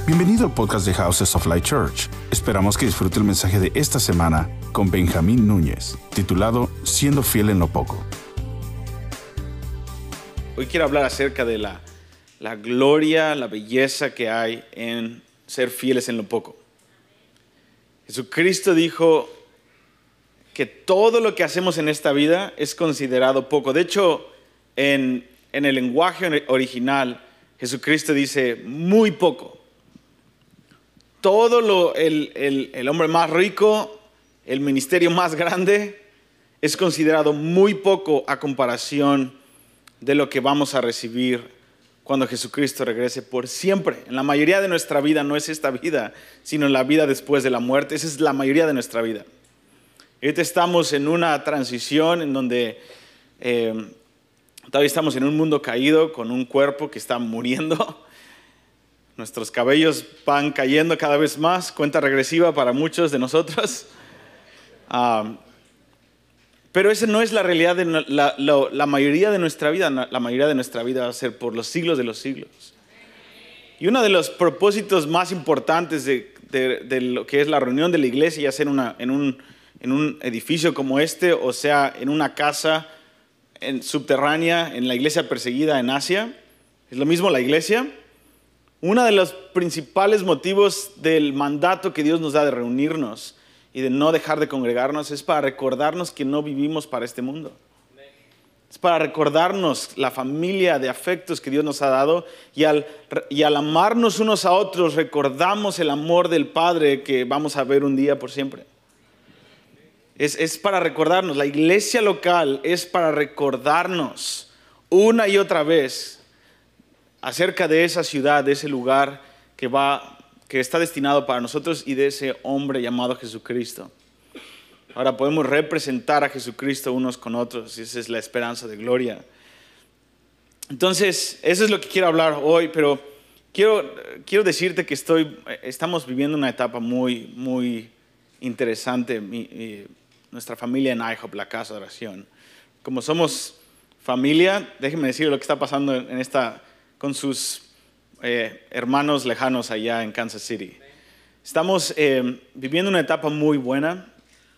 Bienvenido al podcast de Houses of Light Church. Esperamos que disfrute el mensaje de esta semana con Benjamín Núñez, titulado Siendo fiel en lo poco. Hoy quiero hablar acerca de la gloria, la belleza que hay en ser fieles en lo poco. Jesucristo dijo que todo lo que hacemos en esta vida es considerado poco. De hecho, en el lenguaje original, Jesucristo dice muy poco. El hombre más rico, el ministerio más grande, es considerado muy poco a comparación de lo que vamos a recibir cuando Jesucristo regrese por siempre. En la mayoría de nuestra vida no es esta vida, sino la vida después de la muerte. Esa es la mayoría de nuestra vida. Ahorita estamos en una transición en donde todavía estamos en un mundo caído, con un cuerpo que está muriendo. Nuestros cabellos van cayendo cada vez más, cuenta regresiva para muchos de nosotros. Pero esa no es la realidad de la mayoría de nuestra vida. La mayoría de nuestra vida va a ser por los siglos de los siglos. Y uno de los propósitos más importantes de lo que es la reunión de la iglesia, ya sea en un edificio como este, o sea, en una casa subterránea, en la iglesia perseguida en Asia, es lo mismo la iglesia. Uno de los principales motivos del mandato que Dios nos da de reunirnos y de no dejar de congregarnos es para recordarnos que no vivimos para este mundo. Es para recordarnos la familia de afectos que Dios nos ha dado y al amarnos unos a otros recordamos el amor del Padre que vamos a ver un día por siempre. Es para recordarnos, la iglesia local es para recordarnos una y otra vez acerca de esa ciudad, de ese lugar que está destinado para nosotros y de ese hombre llamado Jesucristo. Ahora podemos representar a Jesucristo unos con otros y esa es la esperanza de gloria. Entonces, eso es lo que quiero hablar hoy, pero quiero decirte que estamos viviendo una etapa muy, muy interesante. Nuestra familia en IHOP, la casa de oración. Como somos familia, déjenme decir lo que está pasando con sus hermanos lejanos allá en Kansas City. Estamos viviendo una etapa muy buena.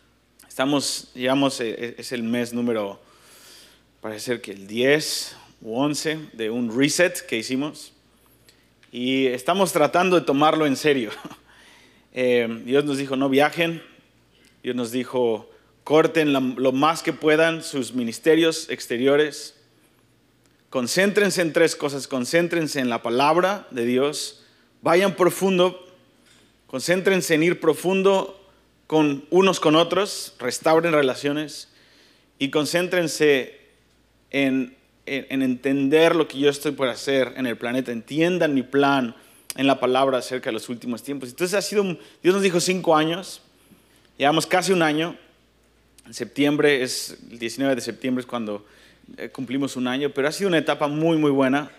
Es el mes número, parece ser que el 10 u 11 de un reset que hicimos. Y estamos tratando de tomarlo en serio. Dios nos dijo no viajen. Dios nos dijo corten lo más que puedan sus ministerios exteriores. Concéntrense en 3 cosas. Concéntrense en la palabra de Dios. Vayan profundo. Concéntrense en ir profundo con unos con otros. Restauren relaciones. Y concéntrense en entender lo que yo estoy por hacer en el planeta. Entiendan mi plan en la palabra acerca de los últimos tiempos. Entonces Dios nos dijo 5 años. Llevamos casi un año. En septiembre, el 19 de septiembre es cuando cumplimos un año, pero ha sido una etapa muy, muy buena.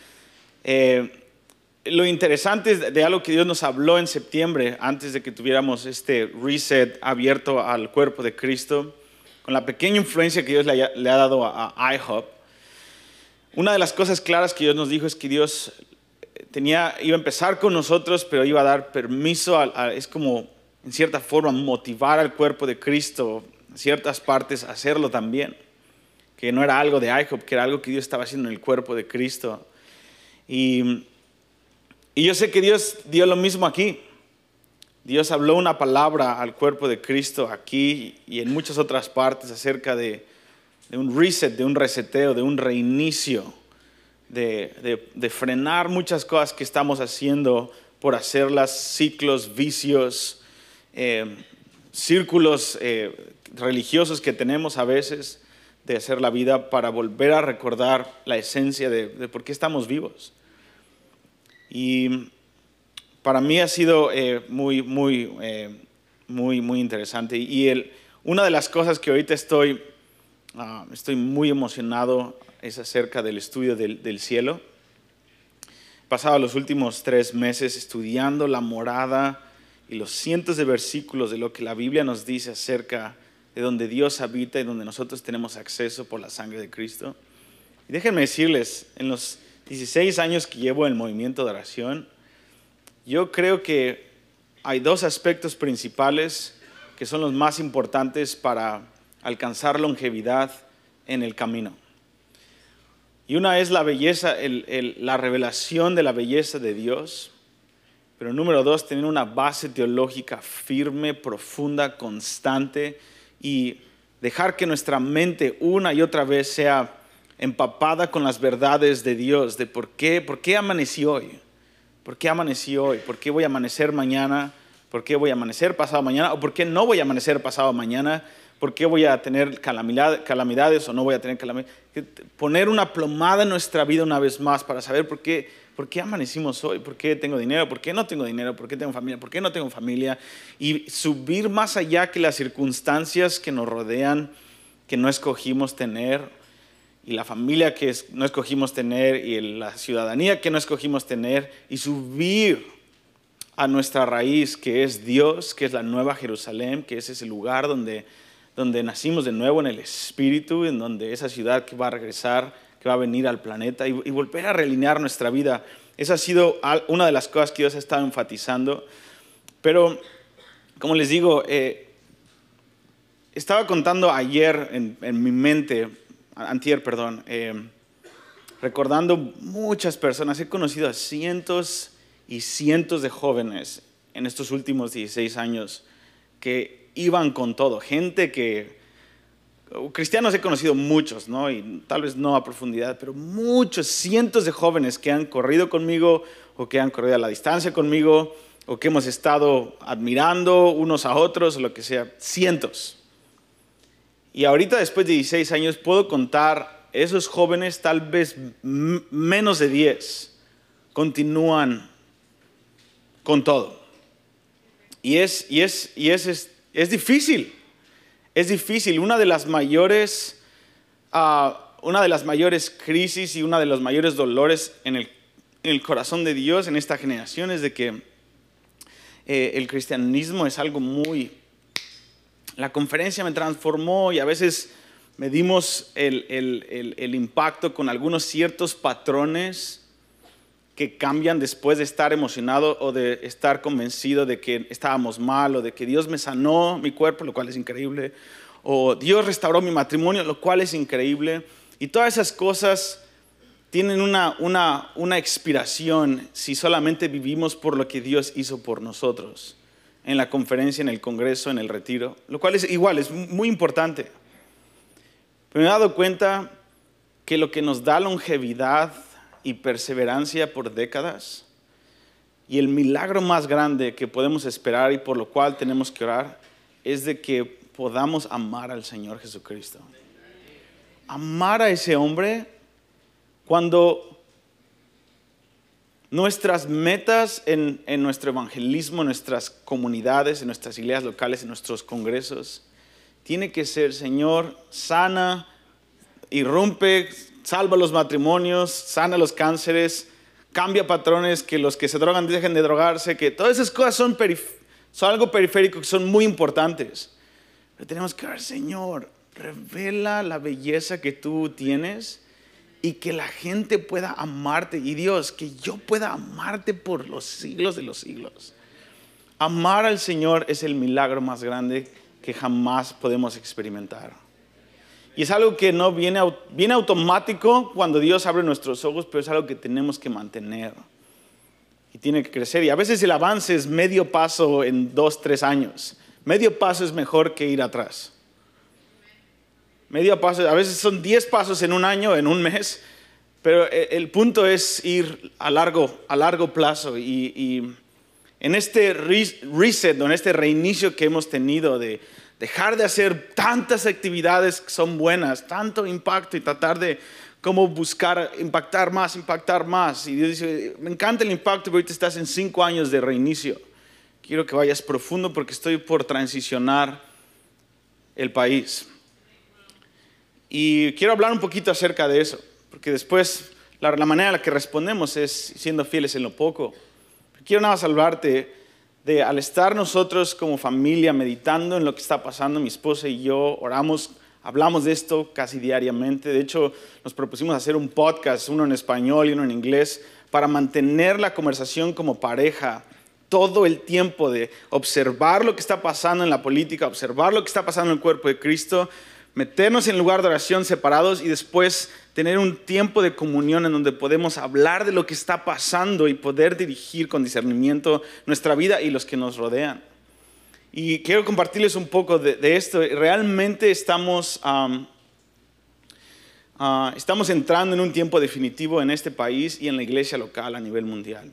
Lo interesante de algo que Dios nos habló en septiembre, antes de que tuviéramos este reset abierto al cuerpo de Cristo, con la pequeña influencia que Dios le ha dado a IHOP, una de las cosas claras que Dios nos dijo es que Dios iba a empezar con nosotros, pero iba a dar permiso, es como en cierta forma motivar al cuerpo de Cristo, en ciertas partes hacerlo también. Que no era algo de IHOP, que era algo que Dios estaba haciendo en el cuerpo de Cristo. Y yo sé que Dios dio lo mismo aquí. Dios habló una palabra al cuerpo de Cristo aquí y en muchas otras partes acerca de un reset, de un reseteo, de un reinicio, de frenar muchas cosas que estamos haciendo por hacerlas, ciclos, vicios, círculos religiosos que tenemos a veces de hacer la vida para volver a recordar la esencia de por qué estamos vivos. Y para mí ha sido muy, muy, muy, muy interesante. Y una de las cosas que ahorita estoy muy emocionado es acerca del estudio del cielo. He pasado los últimos 3 meses estudiando la morada y los cientos de versículos de lo que la Biblia nos dice acerca de donde Dios habita y donde nosotros tenemos acceso por la sangre de Cristo. Y déjenme decirles, en los 16 años que llevo en el movimiento de oración, yo creo que hay dos aspectos principales que son los más importantes para alcanzar longevidad en el camino. Y una es la belleza, la revelación de la belleza de Dios. Pero número dos, tener una base teológica firme, profunda, constante y dejar que nuestra mente una y otra vez sea empapada con las verdades de Dios, de por qué amanecí hoy, por qué amanecí hoy, por qué voy a amanecer mañana, por qué voy a amanecer pasado mañana o por qué no voy a amanecer pasado mañana. ¿Por qué voy a tener calamidades o no voy a tener calamidades? Poner una plomada en nuestra vida una vez más para saber por qué amanecimos hoy, por qué tengo dinero, por qué no tengo dinero, por qué tengo familia, por qué no tengo familia. Y subir más allá que las circunstancias que nos rodean, que no escogimos tener, y la familia que no escogimos tener, y la ciudadanía que no escogimos tener, y subir a nuestra raíz, que es Dios, que es la Nueva Jerusalén, que es ese lugar donde nacimos de nuevo en el Espíritu, en donde esa ciudad que va a regresar, que va a venir al planeta y volver a realinear nuestra vida. Esa ha sido una de las cosas que Dios ha estado enfatizando. Pero, como les digo, estaba contando ayer en mi mente, antier, perdón, recordando muchas personas. He conocido a cientos y cientos de jóvenes en estos últimos 16 años que iban con todo, gente cristianos he conocido muchos, ¿no? Y tal vez no a profundidad, pero muchos, cientos de jóvenes que han corrido conmigo o que han corrido a la distancia conmigo o que hemos estado admirando unos a otros o lo que sea, cientos. Y ahorita después de 16 años puedo contar esos jóvenes, tal vez menos de 10, continúan con todo. Y es difícil. Es difícil. Una de las mayores crisis y uno de los mayores dolores en el corazón de Dios en esta generación es de que el cristianismo es algo muy... La conferencia me transformó y a veces medimos el impacto con algunos ciertos patrones que cambian después de estar emocionado o de estar convencido de que estábamos mal o de que Dios me sanó mi cuerpo, lo cual es increíble, o Dios restauró mi matrimonio, lo cual es increíble. Y todas esas cosas tienen una expiración si solamente vivimos por lo que Dios hizo por nosotros en la conferencia, en el congreso, en el retiro, lo cual es igual, es muy importante. Pero me he dado cuenta que lo que nos da longevidad y perseverancia por décadas y el milagro más grande que podemos esperar y por lo cual tenemos que orar es de que podamos amar al Señor Jesucristo. Amar a ese hombre cuando nuestras metas en nuestro evangelismo, en nuestras comunidades, en nuestras iglesias locales, en nuestros congresos, tiene que ser: Señor, sana, irrumpe, salva los matrimonios, sana los cánceres, cambia patrones, que los que se drogan dejen de drogarse, que todas esas cosas son algo periférico, que son muy importantes. Pero tenemos que orar: Señor, revela la belleza que tú tienes y que la gente pueda amarte. Y Dios, que yo pueda amarte por los siglos de los siglos. Amar al Señor es el milagro más grande que jamás podemos experimentar. Y es algo que no viene automático cuando Dios abre nuestros ojos, pero es algo que tenemos que mantener. Y tiene que crecer. Y a veces el avance es medio paso en 2-3 años. Medio paso es mejor que ir atrás. Medio paso, a veces son 10 pasos en un año, en un mes. Pero el punto es ir a largo plazo. Y en este reset, en este reinicio que hemos tenido de dejar de hacer tantas actividades que son buenas, tanto impacto y tratar de cómo buscar impactar más. Y Dios dice: me encanta el impacto, pero ahorita estás en 5 años de reinicio. Quiero que vayas profundo porque estoy por transicionar el país. Y quiero hablar un poquito acerca de eso, porque después la manera en la que respondemos es siendo fieles en lo poco. Quiero nada más hablarte de, al estar nosotros como familia meditando en lo que está pasando, mi esposa y yo oramos, hablamos de esto casi diariamente. De hecho, nos propusimos hacer un podcast, uno en español y uno en inglés, para mantener la conversación como pareja todo el tiempo de observar lo que está pasando en la política, observar lo que está pasando en el cuerpo de Cristo, meternos en lugar de oración separados y después tener un tiempo de comunión en donde podemos hablar de lo que está pasando y poder dirigir con discernimiento nuestra vida y los que nos rodean. Y quiero compartirles un poco de esto. Realmente estamos entrando en un tiempo definitivo en este país y en la iglesia local a nivel mundial.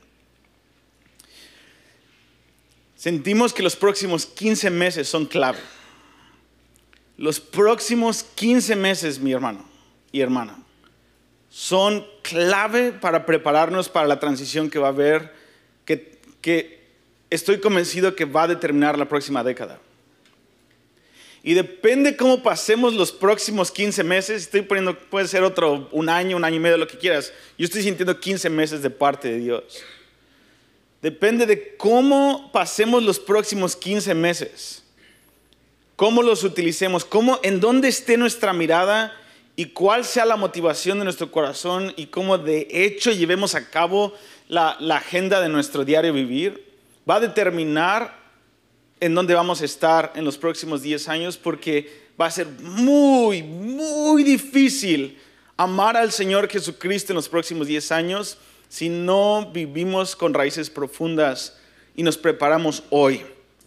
Sentimos que los próximos 15 meses son clave. Los próximos 15 meses, mi hermano y hermana, son clave para prepararnos para la transición que va a haber, que estoy convencido que va a determinar la próxima década. Y depende cómo pasemos los próximos 15 meses, estoy poniendo, puede ser un año y medio, lo que quieras. Yo estoy sintiendo 15 meses de parte de Dios. Depende de cómo pasemos los próximos 15 meses. Cómo los utilicemos, en dónde esté nuestra mirada y cuál sea la motivación de nuestro corazón y cómo de hecho llevemos a cabo la agenda de nuestro diario vivir, va a determinar en dónde vamos a estar en los próximos 10 años, porque va a ser muy, muy difícil amar al Señor Jesucristo en los próximos 10 años si no vivimos con raíces profundas y nos preparamos hoy.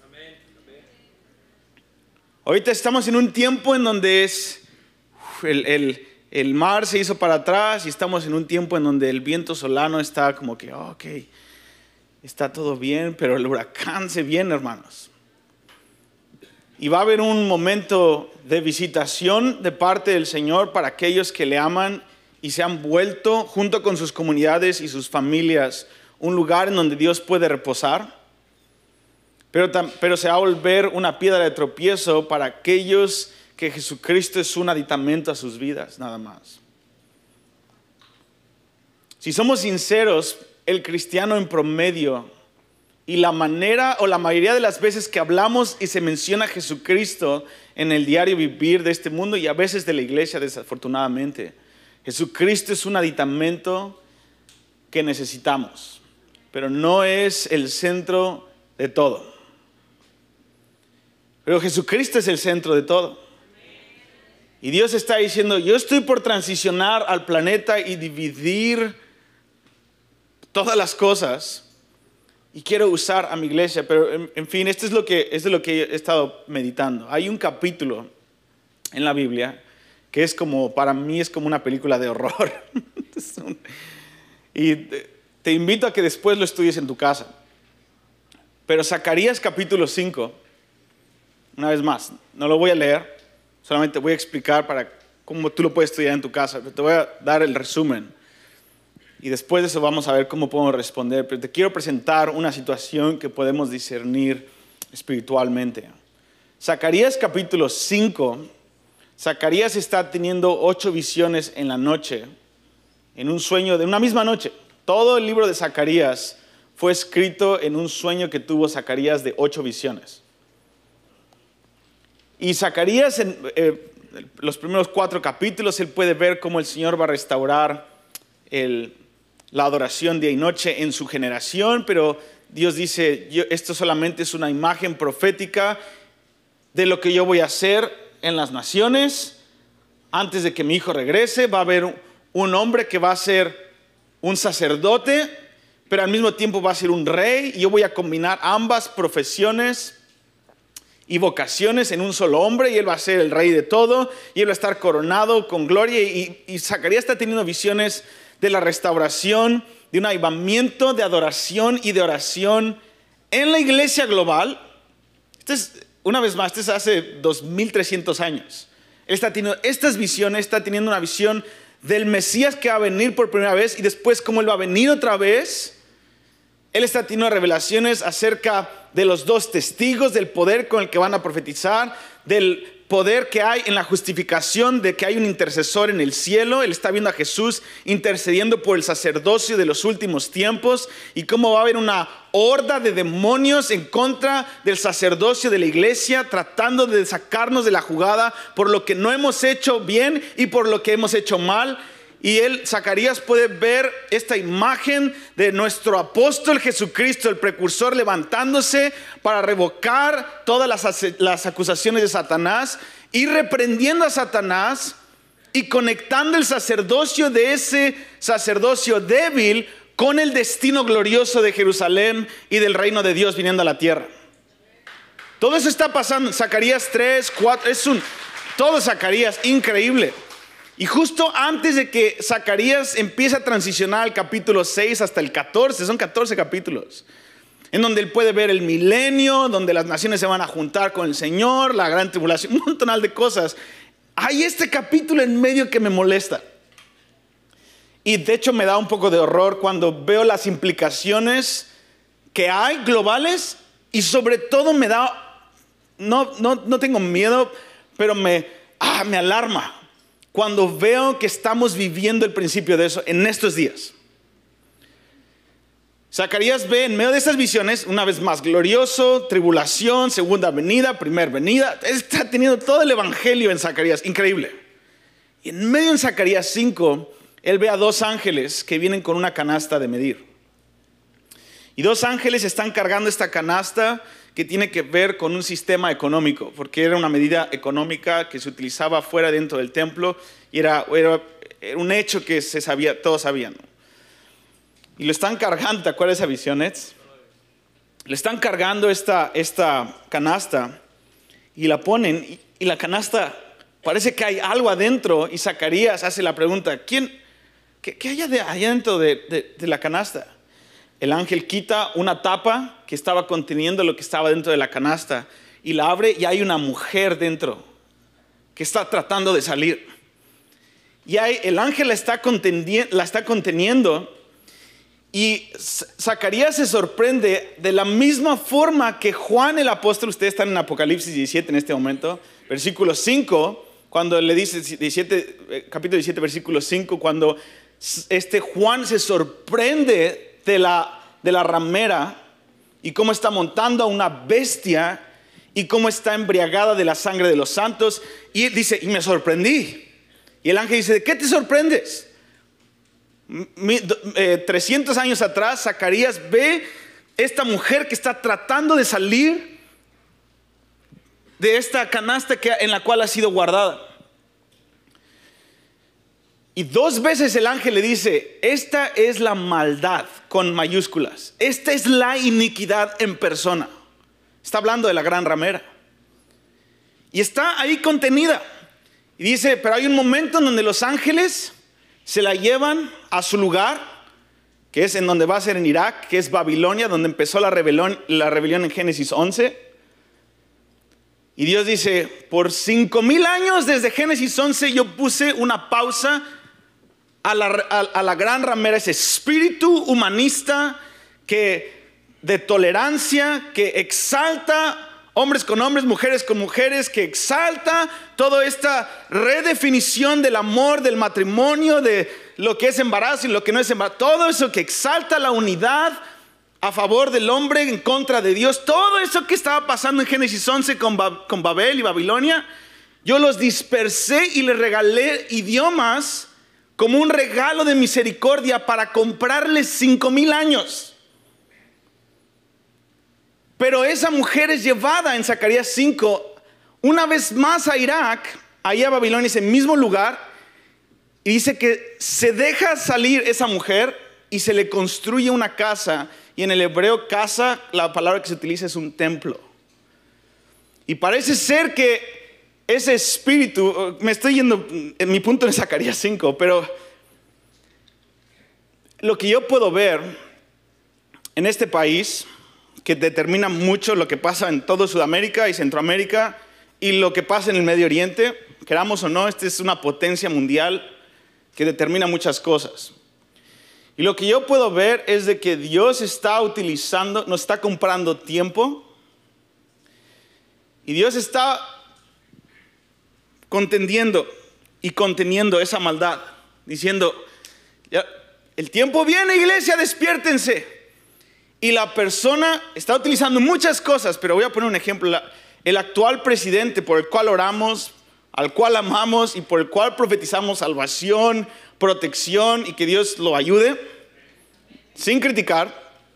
Ahorita estamos en un tiempo en donde el mar se hizo para atrás y estamos en un tiempo en donde el viento solano está como que, ok, está todo bien, pero el huracán se viene, hermanos. Y va a haber un momento de visitación de parte del Señor para aquellos que le aman y se han vuelto, junto con sus comunidades y sus familias, un lugar en donde Dios puede reposar. Pero se va a volver una piedra de tropiezo para aquellos que Jesucristo es un aditamento a sus vidas, nada más. Si somos sinceros, el cristiano en promedio y la manera o la mayoría de las veces que hablamos y se menciona a Jesucristo en el diario vivir de este mundo y a veces de la iglesia, desafortunadamente, Jesucristo es un aditamento que necesitamos, pero no es el centro de todo. Pero Jesucristo es el centro de todo. Y Dios está diciendo, yo estoy por transicionar al planeta y dividir todas las cosas. Y quiero usar a mi iglesia. Pero en fin, esto es lo que he estado meditando. Hay un capítulo en la Biblia que es como, para mí es como una película de horror. Y te invito a que después lo estudies en tu casa. Pero Zacarías capítulo 5... Una vez más, no lo voy a leer, solamente voy a explicar para cómo tú lo puedes estudiar en tu casa. Te voy a dar el resumen y después de eso vamos a ver cómo podemos responder. Pero te quiero presentar una situación que podemos discernir espiritualmente. Zacarías capítulo 5, Zacarías está teniendo 8 visiones en la noche, en un sueño de una misma noche. Todo el libro de Zacarías fue escrito en un sueño que tuvo Zacarías de 8 visiones. Y Zacarías, en los primeros 4 capítulos, él puede ver cómo el Señor va a restaurar la adoración día y noche en su generación, pero Dios dice, esto solamente es una imagen profética de lo que yo voy a hacer en las naciones. Antes de que mi hijo regrese, va a haber un hombre que va a ser un sacerdote, pero al mismo tiempo va a ser un rey, y yo voy a combinar ambas profesiones y vocaciones en un solo hombre, y él va a ser el rey de todo, y él va a estar coronado con gloria. Y Zacarías está teniendo visiones de la restauración, de un avivamiento, de adoración y de oración en la iglesia global. Una vez más, esto es hace 2300 años. Él está teniendo estas visiones, está teniendo una visión del Mesías que va a venir por primera vez, y después cómo él va a venir otra vez. Él está teniendo revelaciones acerca de los 2 testigos, del poder con el que van a profetizar, del poder que hay en la justificación, de que hay un intercesor en el cielo. Él está viendo a Jesús intercediendo por el sacerdocio de los últimos tiempos, y cómo va a haber una horda de demonios en contra del sacerdocio de la iglesia, tratando de sacarnos de la jugada por lo que no hemos hecho bien y por lo que hemos hecho mal. y Zacarías puede ver esta imagen de nuestro apóstol Jesucristo, el precursor, levantándose para revocar todas las acusaciones de Satanás y reprendiendo a Satanás y conectando el sacerdocio de ese sacerdocio débil con el destino glorioso de Jerusalén y del reino de Dios viniendo a la tierra. Todo eso está pasando en Zacarías 3, 4, todo Zacarías, increíble. Y justo antes de que Zacarías empiece a transicionar al capítulo 6 hasta el 14, son 14 capítulos, en donde él puede ver el milenio, donde las naciones se van a juntar con el Señor, la gran tribulación, un montón de cosas. Hay este capítulo en medio que me molesta. Y de hecho me da un poco de horror cuando veo las implicaciones que hay globales, y sobre todo me da, no tengo miedo, pero me alarma cuando veo que estamos viviendo el principio de eso en estos días. Zacarías ve en medio de estas visiones, una vez más, glorioso, tribulación, segunda venida, primera venida. Él está teniendo todo el evangelio en Zacarías, increíble. Y en medio en Zacarías 5, él ve a 2 ángeles que vienen con una canasta de medir. Y 2 ángeles están cargando esta canasta que tiene que ver con un sistema económico, porque era una medida económica que se utilizaba fuera dentro del templo y era un hecho que se sabía, todos sabían. Y lo están cargando, ¿te acuerdas de esa visión, Ed? Le están cargando esta canasta y la ponen y la canasta parece que hay algo adentro, y Zacarías hace la pregunta, ¿qué hay adentro de la canasta? El ángel quita una tapa que estaba conteniendo lo que estaba dentro de la canasta y la abre, y hay una mujer dentro que está tratando de salir. Y el ángel la está conteniendo, y Zacarías se sorprende de la misma forma que Juan el apóstol. Ustedes están en Apocalipsis 17 en este momento, versículo 5, cuando le dice, capítulo 17, versículo 5, cuando Juan se sorprende de la ramera y cómo está montando a una bestia y cómo está embriagada de la sangre de los santos, y él dice, y me sorprendí. Y el ángel dice, ¿de qué te sorprendes? 300 años atrás Zacarías ve esta mujer que está tratando de salir de esta canasta en la cual ha sido guardada. Y 2 veces el ángel le dice, esta es la maldad con mayúsculas, esta es la iniquidad en persona. Está hablando de la gran ramera y está ahí contenida. Y dice, pero hay un momento en donde los ángeles se la llevan a su lugar, que es en donde va a ser en Irak, que es Babilonia, donde empezó la rebelión en Génesis 11. Y Dios dice, por 5,000 años desde Génesis 11 yo puse una pausa a la gran ramera, ese espíritu humanista de tolerancia, que exalta hombres con hombres, mujeres con mujeres, que exalta toda esta redefinición del amor, del matrimonio, de lo que es embarazo y lo que no es embarazo, todo eso que exalta la unidad a favor del hombre en contra de Dios. Todo eso que estaba pasando en Génesis 11 con Babel y Babilonia, yo los dispersé y les regalé idiomas como un regalo de misericordia para comprarles 5,000 años. Pero esa mujer es llevada en Zacarías 5 una vez más a Irak, allá a Babilonia, ese mismo lugar, y dice que se deja salir esa mujer y se le construye una casa. Y en el hebreo casa, la palabra que se utiliza es un templo. Y parece ser que ese espíritu, me estoy yendo en mi punto en Zacarías 5, pero lo que yo puedo ver en este país, que determina mucho lo que pasa en todo Sudamérica y Centroamérica y lo que pasa en el Medio Oriente, queramos o no, esta es una potencia mundial que determina muchas cosas. Y lo que yo puedo ver es de que Dios está utilizando, nos está comprando tiempo, y Dios está contendiendo y conteniendo esa maldad, diciendo, ya, el tiempo viene, iglesia, despiértense. Y la persona está utilizando muchas cosas, pero voy a poner un ejemplo. El actual presidente por el cual oramos al cual amamos y por el cual profetizamos salvación, protección y que Dios lo ayude, sin criticar,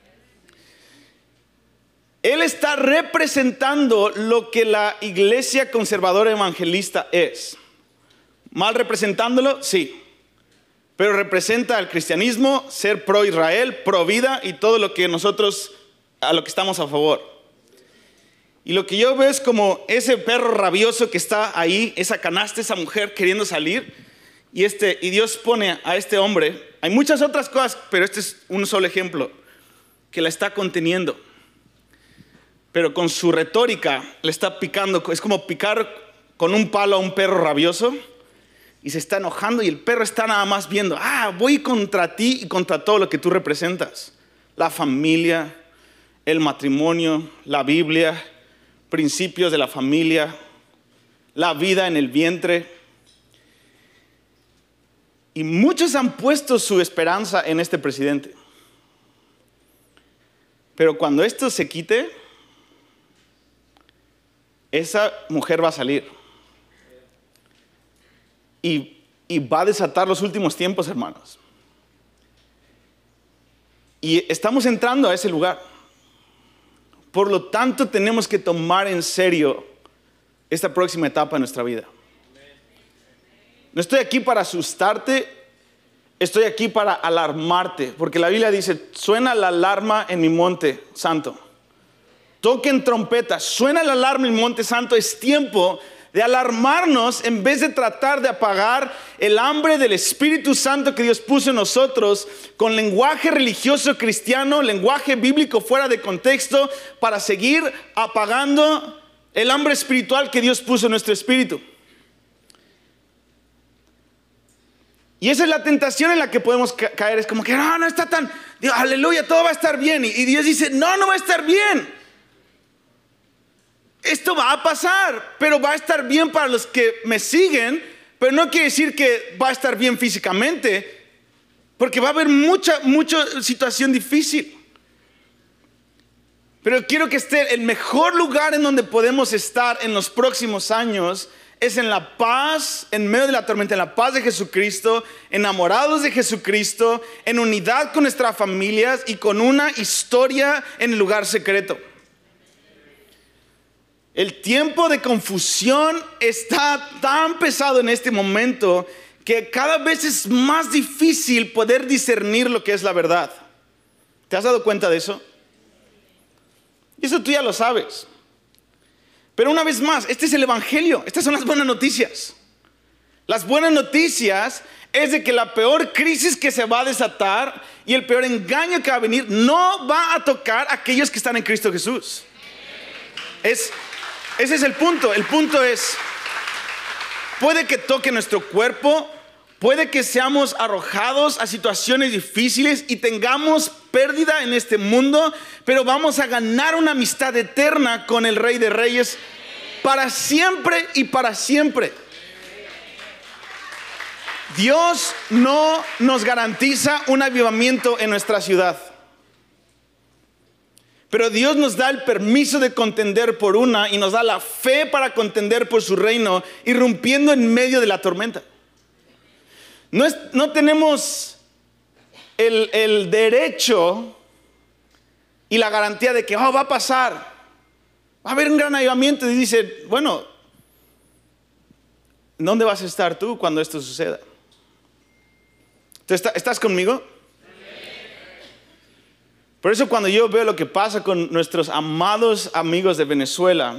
él está representando lo que la iglesia conservadora evangelista es. ¿Mal representándolo? Sí. Pero representa al cristianismo, ser pro Israel, pro vida y todo lo que nosotros, a lo que estamos a favor. Y lo que yo veo es como ese perro rabioso que está ahí, esa canasta, esa mujer queriendo salir. Y Dios pone a este hombre, hay muchas otras cosas, pero este es un solo ejemplo, que la está conteniendo. Pero con su retórica le está picando, es como picar con un palo a un perro rabioso. Y se está enojando y el perro está nada más viendo, voy contra ti y contra todo lo que tú representas. La familia, el matrimonio, la Biblia, principios de la familia, la vida en el vientre. Y muchos han puesto su esperanza en este presidente. Pero cuando esto se quite, esa mujer va a salir. Y va a desatar los últimos tiempos, hermanos. Y estamos entrando a ese lugar. Por lo tanto, tenemos que tomar en serio esta próxima etapa de nuestra vida. No estoy aquí para asustarte, estoy aquí para alarmarte. Porque la Biblia dice, suena la alarma en mi monte santo. Toquen trompetas, suena la alarma en mi monte santo. Es tiempo de alarmarnos en vez de tratar de apagar el hambre del Espíritu Santo que Dios puso en nosotros con lenguaje religioso cristiano, lenguaje bíblico fuera de contexto, para seguir apagando el hambre espiritual que Dios puso en nuestro espíritu. Y esa es la tentación en la que podemos caer. Es como que no está tan, Dios, aleluya, todo va a estar bien. Y Dios dice, no va a estar bien. Esto va a pasar, pero va a estar bien para los que me siguen, pero no quiere decir que va a estar bien físicamente, porque va a haber mucha situación difícil. Pero quiero que esté el mejor lugar en donde podemos estar en los próximos años es en la paz, en medio de la tormenta, en la paz de Jesucristo, enamorados de Jesucristo, en unidad con nuestras familias y con una historia en el lugar secreto. El tiempo de confusión está tan pesado en este momento que cada vez es más difícil poder discernir lo que es la verdad. ¿Te has dado cuenta de eso? Y eso tú ya lo sabes. Pero una vez más, este es el evangelio. Estas son las buenas noticias. Las buenas noticias es de que la peor crisis que se va a desatar y el peor engaño que va a venir no va a tocar a aquellos que están en Cristo Jesús. Ese es el punto. El punto es, puede que toque nuestro cuerpo, puede que seamos arrojados a situaciones difíciles y tengamos pérdida en este mundo, pero vamos a ganar una amistad eterna con el Rey de Reyes para siempre y para siempre. Dios no nos garantiza un avivamiento en nuestra ciudad. Pero Dios nos da el permiso de contender por una y nos da la fe para contender por su reino, irrumpiendo en medio de la tormenta. No tenemos el derecho y la garantía de que va a pasar, va a haber un gran avivamiento. Y dice, bueno, ¿dónde vas a estar tú cuando esto suceda? ¿Estás conmigo? Por eso cuando yo veo lo que pasa con nuestros amados amigos de Venezuela,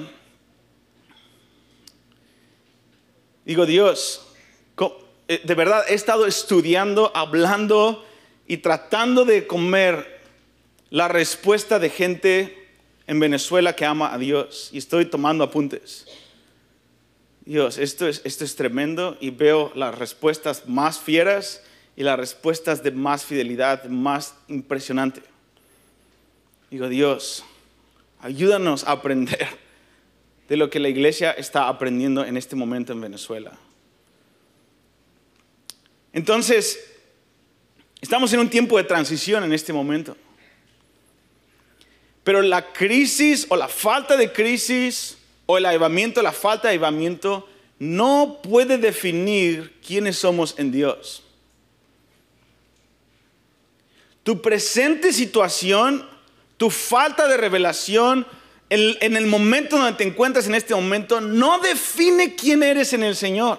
digo, Dios, de verdad he estado estudiando, hablando y tratando de comer la respuesta de gente en Venezuela que ama a Dios. Y estoy tomando apuntes. Dios, esto es tremendo, y veo las respuestas más fieras y las respuestas de más fidelidad, más impresionante. Digo, Dios, ayúdanos a aprender de lo que la iglesia está aprendiendo en este momento en Venezuela. Entonces, estamos en un tiempo de transición en este momento. Pero la crisis o la falta de crisis o el avivamiento, la falta de avivamiento no puede definir quiénes somos en Dios. Tu presente situación, tu falta de revelación, en el momento donde te encuentras en este momento, no define quién eres en el Señor.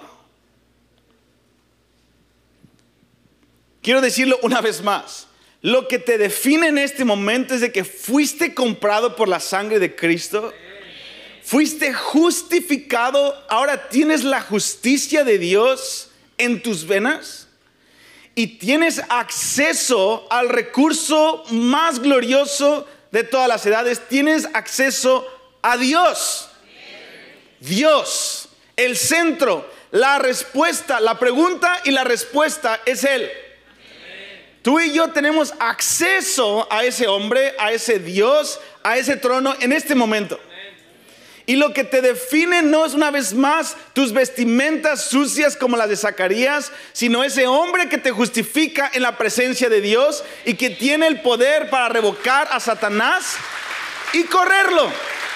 Quiero decirlo una vez más. Lo que te define en este momento es de que fuiste comprado por la sangre de Cristo. Fuiste justificado. Ahora tienes la justicia de Dios en tus venas. Y tienes acceso al recurso más glorioso de todas las edades. Tienes acceso a Dios. Dios, el centro, la respuesta, la pregunta y la respuesta es Él. Tú y yo tenemos acceso a ese hombre, a ese Dios, a ese trono en este momento. Y lo que te define no es una vez más tus vestimentas sucias como las de Zacarías, sino ese hombre que te justifica en la presencia de Dios y que tiene el poder para revocar a Satanás y correrlo.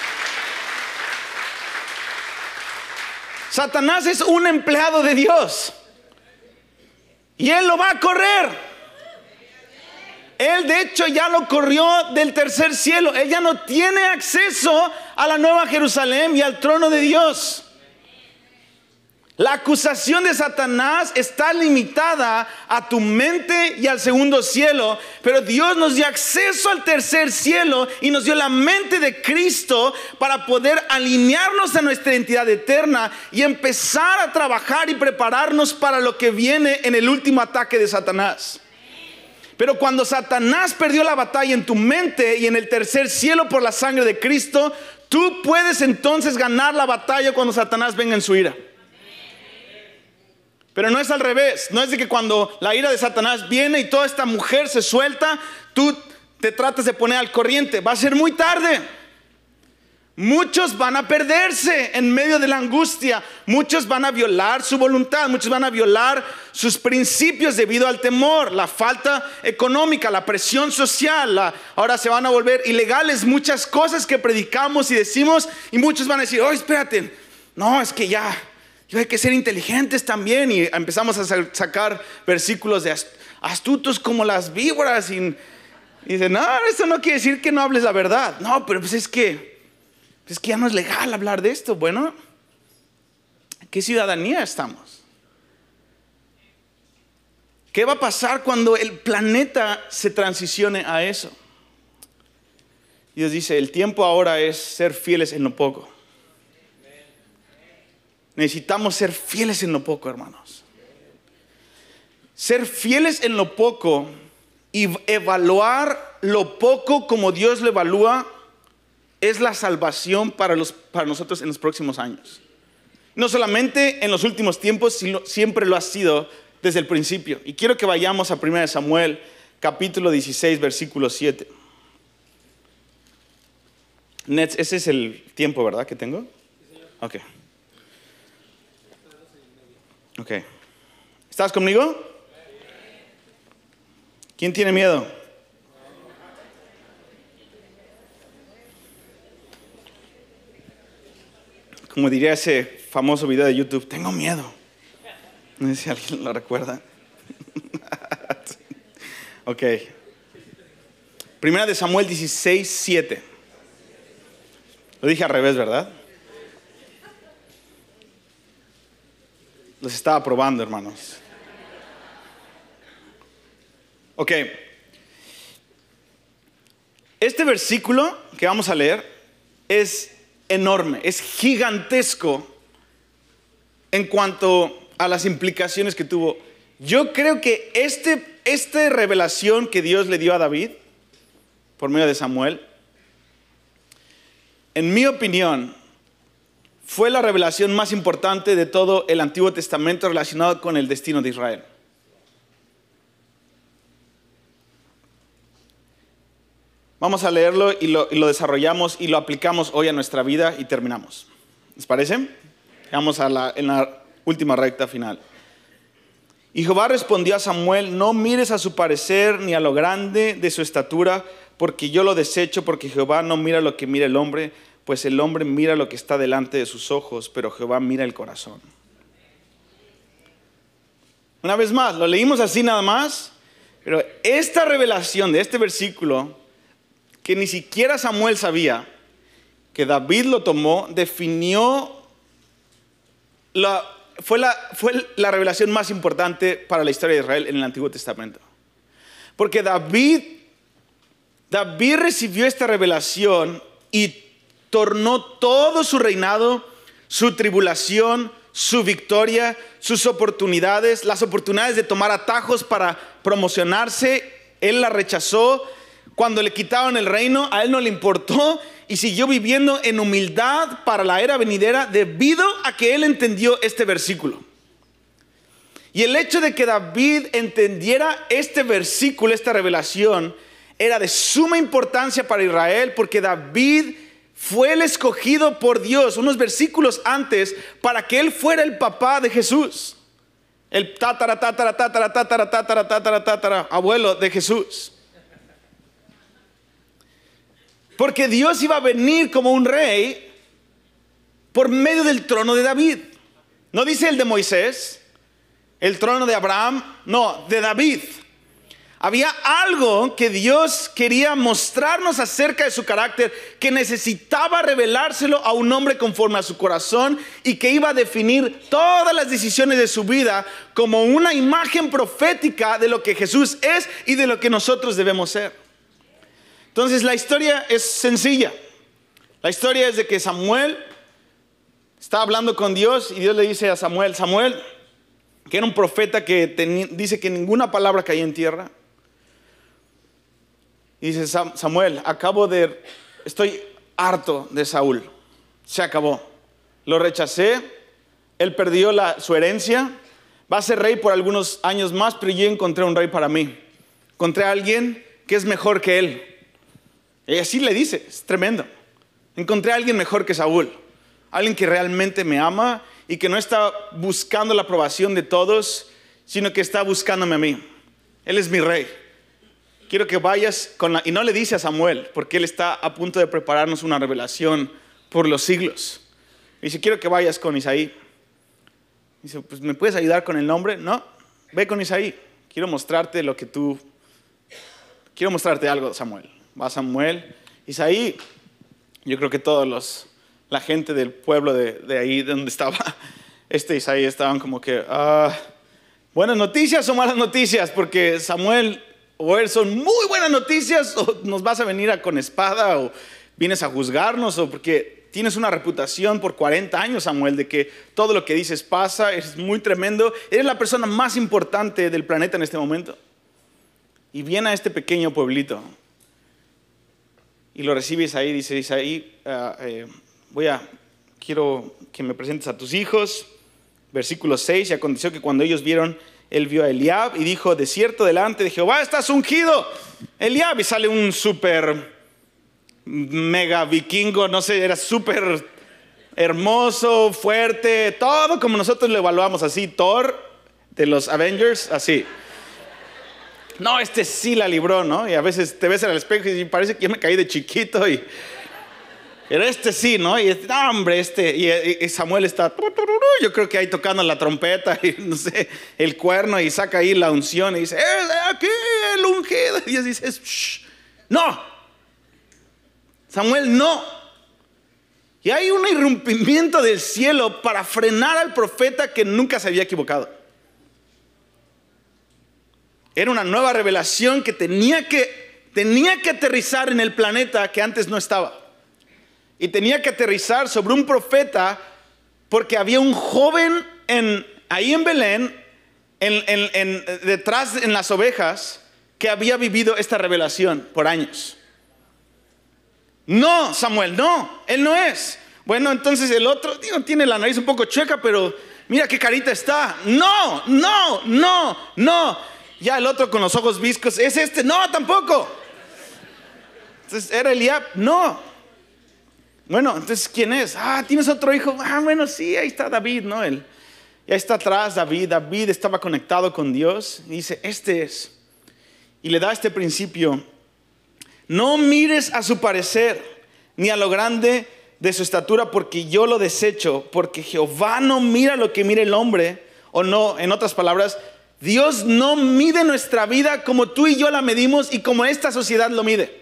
Satanás es un empleado de Dios y él lo va a correr. Él de hecho ya lo corrió del tercer cielo. Él ya no tiene acceso a la nueva Jerusalén y al trono de Dios. La acusación de Satanás está limitada a tu mente y al segundo cielo, pero Dios nos dio acceso al tercer cielo y nos dio la mente de Cristo para poder alinearnos a nuestra identidad eterna y empezar a trabajar y prepararnos para lo que viene en el último ataque de Satanás. Pero cuando Satanás perdió la batalla en tu mente y en el tercer cielo por la sangre de Cristo, tú puedes entonces ganar la batalla cuando Satanás venga en su ira. Pero no es al revés. No es de que cuando la ira de Satanás viene y toda esta mujer se suelta, tú te tratas de poner al corriente. Va a ser muy tarde. Muchos van a perderse en medio de la angustia. Muchos van a violar su voluntad. Muchos van a violar sus principios debido al temor, la falta económica, la presión social. Ahora se van a volver ilegales muchas cosas que predicamos y decimos. Y muchos van a decir, oh, espérate. No, es que ya hay que ser inteligentes también. Y empezamos a sacar versículos de astutos como las víboras. Y dicen, no, eso no quiere decir que no hables la verdad. No, pero pues es que ya no es legal hablar de esto. Bueno, ¿en qué ciudadanía estamos? ¿Qué va a pasar cuando el planeta se transicione a eso? Dios dice, el tiempo ahora es ser fieles en lo poco. Necesitamos ser fieles en lo poco, hermanos. Ser fieles en lo poco y evaluar lo poco como Dios lo evalúa es la salvación para nosotros en los próximos años. No solamente en los últimos tiempos, sino siempre lo ha sido desde el principio. Y quiero que vayamos a 1 Samuel, capítulo 16, versículo 7. Nets, ese es el tiempo, ¿verdad? Que tengo. Ok. ¿Estás conmigo? ¿Quién tiene miedo? Como diría ese famoso video de YouTube, tengo miedo. No sé si alguien lo recuerda. Ok. 1 Samuel 16, 7. Lo dije al revés, ¿verdad? Los estaba probando, hermanos. Ok. Este versículo que vamos a leer es enorme, es gigantesco en cuanto a las implicaciones que tuvo. Yo creo que esta revelación que Dios le dio a David por medio de Samuel, en mi opinión, fue la revelación más importante de todo el Antiguo Testamento relacionado con el destino de Israel. Vamos a leerlo y lo desarrollamos y lo aplicamos hoy a nuestra vida y terminamos. ¿Les parece? Vamos en la última recta final. Y Jehová respondió a Samuel, no mires a su parecer ni a lo grande de su estatura, porque yo lo desecho, porque Jehová no mira lo que mira el hombre, pues el hombre mira lo que está delante de sus ojos, pero Jehová mira el corazón. Una vez más, lo leímos así nada más, pero esta revelación de este versículo, que ni siquiera Samuel sabía, que David lo tomó, definió, fue la revelación más importante para la historia de Israel en el Antiguo Testamento. Porque David recibió esta revelación y tornó todo su reinado, su tribulación, su victoria, sus oportunidades, las oportunidades de tomar atajos para promocionarse. Él la rechazó. Cuando le quitaron el reino, a él no le importó y siguió viviendo en humildad para la era venidera debido a que él entendió este versículo. Y el hecho de que David entendiera este versículo, esta revelación, era de suma importancia para Israel, porque David fue el escogido por Dios unos versículos antes para que él fuera el papá de Jesús. El abuelo de Jesús. Porque Dios iba a venir como un rey por medio del trono de David. No dice el de Moisés, el trono de Abraham, no, de David. Había algo que Dios quería mostrarnos acerca de su carácter, que necesitaba revelárselo a un hombre conforme a su corazón y que iba a definir todas las decisiones de su vida como una imagen profética de lo que Jesús es y de lo que nosotros debemos ser. Entonces la historia es sencilla. La historia es de que Samuel está hablando con Dios y Dios le dice a Samuel, que era un profeta que dice que ninguna palabra caía en tierra. Y dice, Samuel, estoy harto de Saúl. Se acabó. Lo rechacé. Él perdió su herencia. Va a ser rey por algunos años más, pero yo encontré un rey para mí. Encontré a alguien que es mejor que él. Y así le dice, es tremendo. Encontré a alguien mejor que Saúl. Alguien que realmente me ama y que no está buscando la aprobación de todos, sino que está buscándome a mí. Él es mi rey. Quiero que vayas y no le dice a Samuel, porque él está a punto de prepararnos una revelación por los siglos. Dice, quiero que vayas con Isaí. Dice, pues ¿me puedes ayudar con el nombre? No, ve con Isaí. Quiero mostrarte algo, Samuel. Va Samuel, Isaí. Yo creo que la gente del pueblo de ahí donde estaba Isaí estaban como que, ¿buenas noticias o malas noticias? Porque Samuel o él son muy buenas noticias, o nos vas a venir con espada, o vienes a juzgarnos, o porque tienes una reputación por 40 años, Samuel, de que todo lo que dices pasa, es muy tremendo, eres la persona más importante del planeta en este momento. Y viene a este pequeño pueblito y lo recibe Isaí, dice Isaí, quiero que me presentes a tus hijos. Versículo 6, y aconteció que cuando ellos vieron, él vio a Eliab y dijo, de cierto delante de Jehová estás ungido, Eliab. Y sale un súper mega vikingo, no sé, era súper hermoso, fuerte, todo como nosotros lo evaluamos así. Thor de los Avengers, así. No, sí la libró, ¿no? Y a veces te ves en el espejo y parece que yo me caí de chiquito pero sí, ¿no? Y no, hombre, y Samuel está, yo creo que ahí tocando la trompeta y no sé, el cuerno, y saca ahí la unción y dice, aquí el ungido. Y Dios dice, shh, no, Samuel, no. Y hay un irrumpimiento del cielo para frenar al profeta que nunca se había equivocado. Era una nueva revelación que tenía que aterrizar en el planeta que antes no estaba. Y tenía que aterrizar sobre un profeta, porque había un joven ahí en Belén, detrás en las ovejas, que había vivido esta revelación por años. No, Samuel, no, él no es. Bueno, entonces el otro, tiene la nariz un poco chueca, pero mira qué carita está. No. Ya el otro con los ojos viscos, ¿es no, tampoco? Entonces, ¿era Eliab? No. Bueno, entonces, ¿quién es? ¿Tienes otro hijo? Bueno, sí, ahí está David, ¿no? Él ya está atrás, David estaba conectado con Dios. Y dice, este es. Y le da este principio. No mires a su parecer, ni a lo grande de su estatura, porque yo lo desecho, porque Jehová no mira lo que mira el hombre, o no, en otras palabras, Dios no mide nuestra vida como tú y yo la medimos y como esta sociedad lo mide.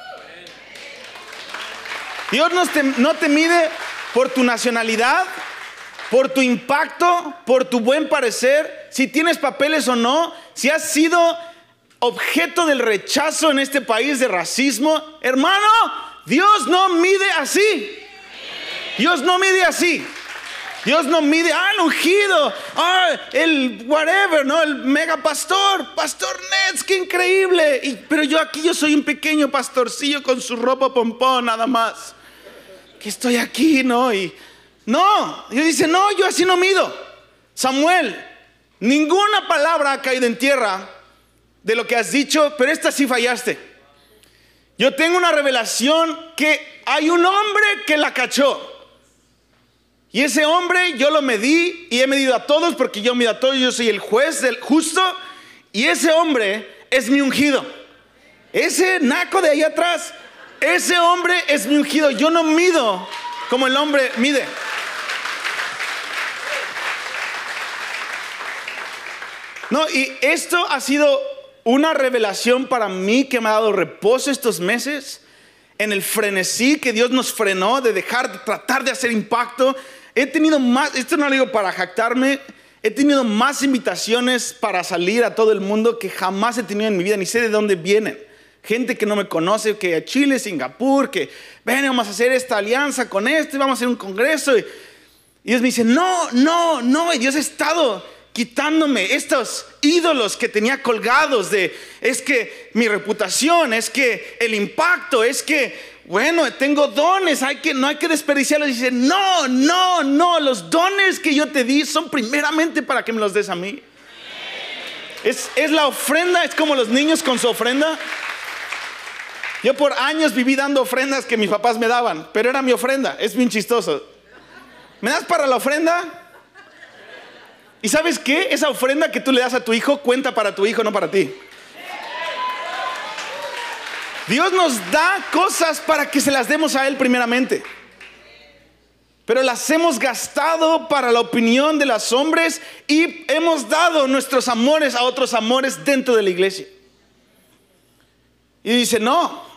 Dios no te mide por tu nacionalidad, por tu impacto, por tu buen parecer, si tienes papeles o no, si has sido objeto del rechazo en este país de racismo. Hermano, Dios no mide así. Dios no mide así. Dios no mide, el ungido, el whatever, ¿no? El mega pastor, Pastor Nets, qué increíble. Pero yo soy un pequeño pastorcillo con su ropa pompón nada más. Que estoy aquí, ¿no? Y no, Dios dice, no, yo así no mido. Samuel, ninguna palabra ha caído en tierra de lo que has dicho, pero esta sí fallaste. Yo tengo una revelación que hay un hombre que la cachó. Y ese hombre yo lo medí y he medido a todos porque yo mido a todos. Yo soy el juez del justo y ese hombre es mi ungido. Ese naco de ahí atrás, ese hombre es mi ungido. Yo no mido como el hombre mide. No, y esto ha sido una revelación para mí que me ha dado reposo estos meses. En el frenesí que Dios nos frenó de tratar de hacer impacto. He tenido más, esto no lo digo para jactarme, he tenido más invitaciones para salir a todo el mundo que jamás he tenido en mi vida, ni sé de dónde vienen. Gente que no me conoce, que a Chile, Singapur, que ven, vamos a hacer esta alianza con vamos a hacer un congreso. Y Dios me dice, no, y Dios ha estado quitándome estos ídolos que tenía colgados es que mi reputación, es que el impacto, es que, bueno, tengo dones, no hay que desperdiciarlos. Y dice, no, los dones que yo te di son primeramente para que me los des a mí. Es la ofrenda, es como los niños con su ofrenda. Yo por años viví dando ofrendas que mis papás me daban, pero era mi ofrenda, es bien chistoso. ¿Me das para la ofrenda? ¿Y sabes qué? Esa ofrenda que tú le das a tu hijo cuenta para tu hijo, no para ti. Dios nos da cosas para que se las demos a Él primeramente. Pero las hemos gastado para la opinión de los hombres y hemos dado nuestros amores a otros amores dentro de la iglesia. Y dice, no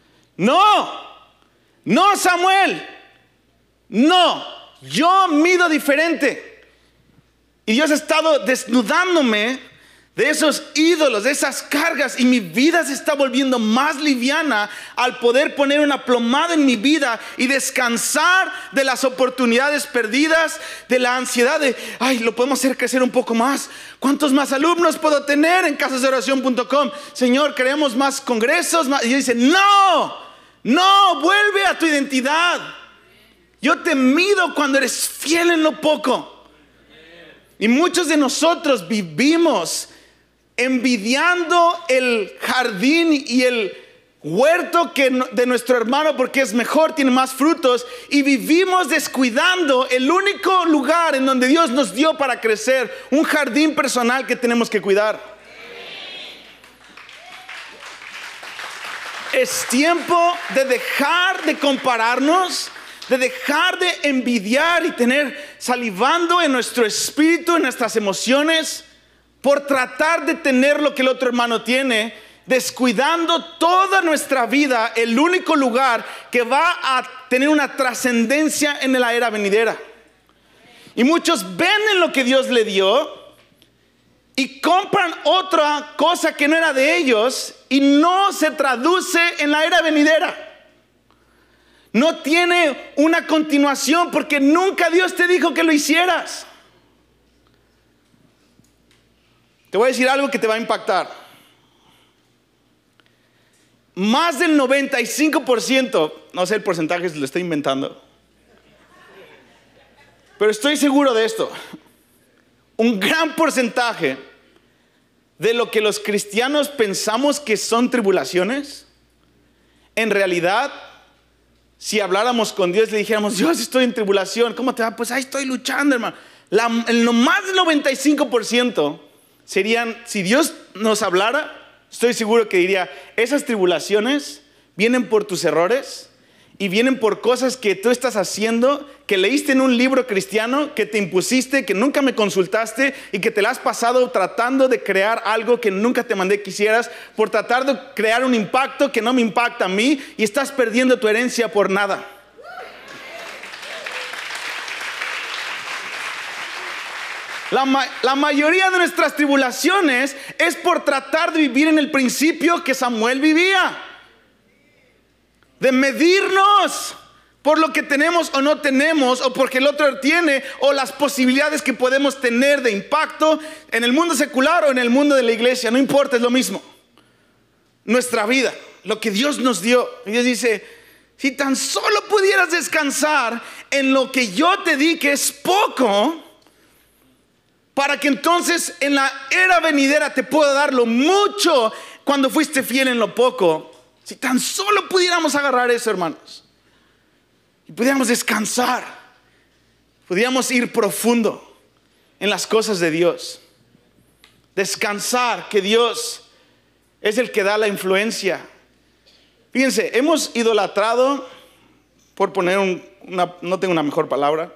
Samuel, no, yo mido diferente. Y Dios ha estado desnudándome de esos ídolos, de esas cargas. Y mi vida se está volviendo más liviana al poder poner una plomada en mi vida y descansar de las oportunidades perdidas, de la ansiedad de, lo podemos hacer crecer un poco más. ¿Cuántos más alumnos puedo tener en casasdeoración.com? Señor, queremos más congresos. Y Dios dice, no, vuelve a tu identidad. Yo te mido cuando eres fiel en lo poco. Y muchos de nosotros vivimos envidiando el jardín y el huerto de nuestro hermano porque es mejor, tiene más frutos, y vivimos descuidando el único lugar en donde Dios nos dio para crecer, un jardín personal que tenemos que cuidar. Es tiempo de dejar de compararnos, de dejar de envidiar y tener salivando en nuestro espíritu, en nuestras emociones, por tratar de tener lo que el otro hermano tiene, descuidando toda nuestra vida el único lugar que va a tener una trascendencia en la era venidera. Y muchos venden lo que Dios le dio y compran otra cosa que no era de ellos y no se traduce en la era venidera. No tiene una continuación porque nunca Dios te dijo que lo hicieras. Te voy a decir algo que te va a impactar. Más del 95%, no sé el porcentaje, lo estoy inventando, pero estoy seguro de esto. Un gran porcentaje de lo que los cristianos pensamos que son tribulaciones, en realidad, si habláramos con Dios, le dijéramos, Dios, estoy en tribulación, ¿cómo te va? Pues ahí estoy luchando, hermano. Lo más del 95% serían, si Dios nos hablara, estoy seguro que diría, esas tribulaciones vienen por tus errores y vienen por cosas que tú estás haciendo, que leíste en un libro cristiano, que te impusiste, que nunca me consultaste y que te la has pasado tratando de crear algo que nunca te mandé que hicieras, por tratar de crear un impacto que no me impacta a mí, y estás perdiendo tu herencia por nada. La mayoría de nuestras tribulaciones es por tratar de vivir en el principio que Samuel vivía. De medirnos por lo que tenemos o no tenemos, o porque el otro tiene, o las posibilidades que podemos tener de impacto en el mundo secular o en el mundo de la iglesia. No importa, es lo mismo. Nuestra vida, lo que Dios nos dio. Y Dios dice, si tan solo pudieras descansar en lo que yo te di, que es poco, para que entonces en la era venidera te pueda dar lo mucho cuando fuiste fiel en lo poco. Si tan solo pudiéramos agarrar eso, hermanos, y pudiéramos descansar, pudiéramos ir profundo en las cosas de Dios. Descansar, que Dios es el que da la influencia. Fíjense, hemos idolatrado, por poner no tengo una mejor palabra,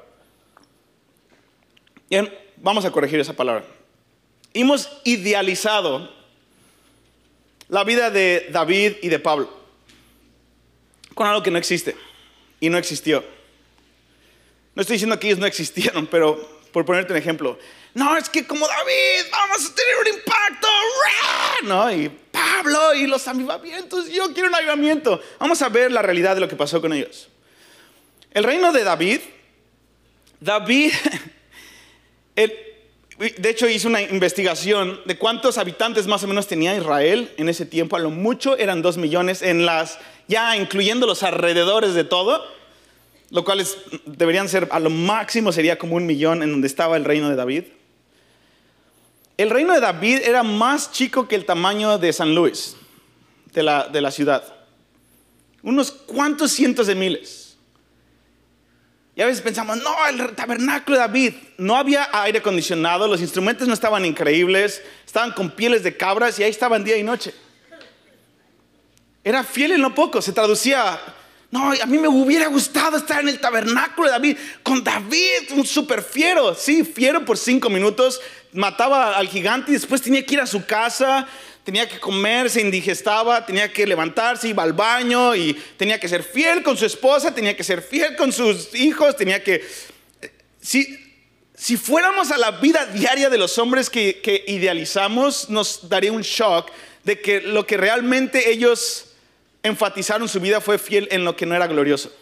vamos a corregir esa palabra. Hemos idealizado la vida de David y de Pablo con algo que no existe y no existió. No estoy diciendo que ellos no existieron, pero por ponerte un ejemplo, no, es que como David vamos a tener un impacto, ¿no? Y Pablo y los avivamientos, yo quiero un avivamiento. Vamos a ver la realidad de lo que pasó con ellos. El reino de David, de hecho hice una investigación de cuántos habitantes más o menos tenía Israel en ese tiempo. A lo mucho eran 2 millones ya incluyendo los alrededores de todo, lo cual deberían ser, a lo máximo sería como 1 millón en donde estaba el reino de David. El reino de David era más chico que el tamaño de San Luis, de la ciudad. Unos cuantos cientos de miles. Y a veces pensamos, no, el tabernáculo de David. No había aire acondicionado, los instrumentos no estaban increíbles, estaban con pieles de cabras y ahí estaban día y noche. Era fiel en lo poco, se traducía, no, a mí me hubiera gustado estar en el tabernáculo de David, con David, un súper fiero. Sí, fiero por 5 minutos, mataba al gigante y después tenía que ir a su casa. Tenía que comer, se indigestaba, tenía que levantarse, iba al baño y tenía que ser fiel con su esposa, tenía que ser fiel con sus hijos, tenía que... Si fuéramos a la vida diaria de los hombres que idealizamos, nos daría un shock de que lo que realmente ellos enfatizaron su vida fue fiel en lo que no era glorioso.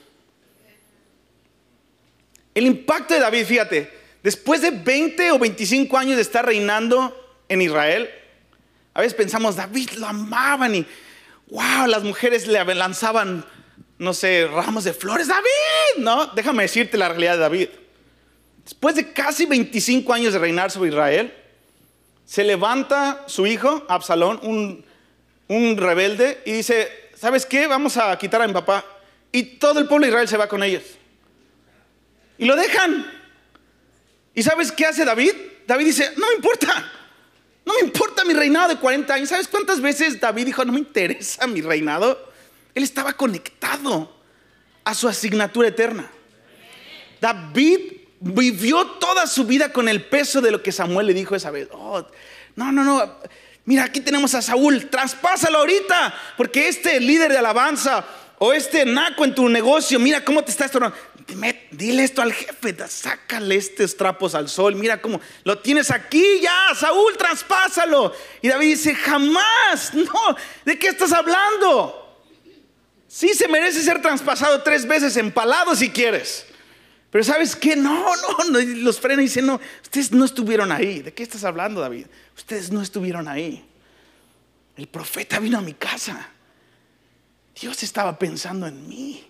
El impacto de David, fíjate, después de 20 o 25 años de estar reinando en Israel, a veces pensamos, David lo amaban y wow, las mujeres le lanzaban, no sé, ramos de flores. David, ¿no? Déjame decirte la realidad de David. Después de casi 25 años de reinar sobre Israel, se levanta su hijo, Absalón, un rebelde, y dice, ¿sabes qué? Vamos a quitar a mi papá. Y todo el pueblo de Israel se va con ellos. Y lo dejan. ¿Y sabes qué hace David? David dice, no me importa. No me importa mi reinado de 40 años. ¿Sabes cuántas veces David dijo, no me interesa mi reinado? Él estaba conectado a su asignatura eterna. David vivió toda su vida con el peso de lo que Samuel le dijo esa vez. Oh, no. Mira, aquí tenemos a Saúl. Traspásalo ahorita. Porque este líder de alabanza o este naco en tu negocio, mira cómo te está estorbando. Dile esto al jefe, sácale estos trapos al sol, mira cómo lo tienes aquí ya, Saúl, traspásalo. Y David dice, jamás, no, ¿de qué estás hablando? Sí se merece ser traspasado 3 veces, empalado si quieres. Pero ¿sabes qué? No, los frena y dicen, no, ustedes no estuvieron ahí. ¿De qué estás hablando, David? Ustedes no estuvieron ahí. El profeta vino a mi casa. Dios estaba pensando en mí.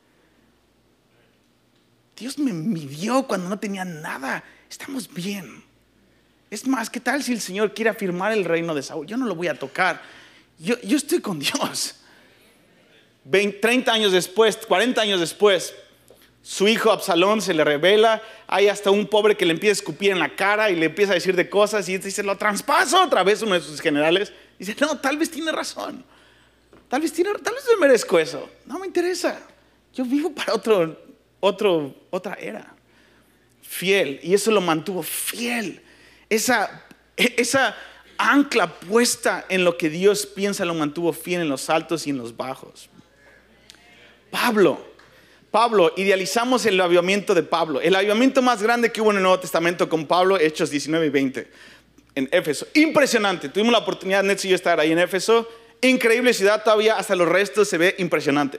Dios me midió cuando no tenía nada. Estamos bien. Es más, ¿qué tal si el Señor quiere afirmar el reino de Saúl? Yo no lo voy a tocar. Yo estoy con Dios. 30 años después, 40 años después, su hijo Absalón se le revela. Hay hasta un pobre que le empieza a escupir en la cara y le empieza a decir de cosas y dice, lo traspaso otra vez. Uno de sus generales dice, no, tal vez tiene razón. Tal vez me merezco eso. No me interesa. Yo vivo para otra era. Fiel. Y eso lo mantuvo fiel. Esa ancla puesta en lo que Dios piensa lo mantuvo fiel en los altos y en los bajos. Pablo, idealizamos el avivamiento de Pablo. El avivamiento más grande que hubo en el Nuevo Testamento con Pablo, Hechos 19 y 20, en Éfeso. Impresionante. Tuvimos la oportunidad, Nets y yo, estar ahí en Éfeso. Increíble ciudad, todavía hasta los restos se ve impresionante.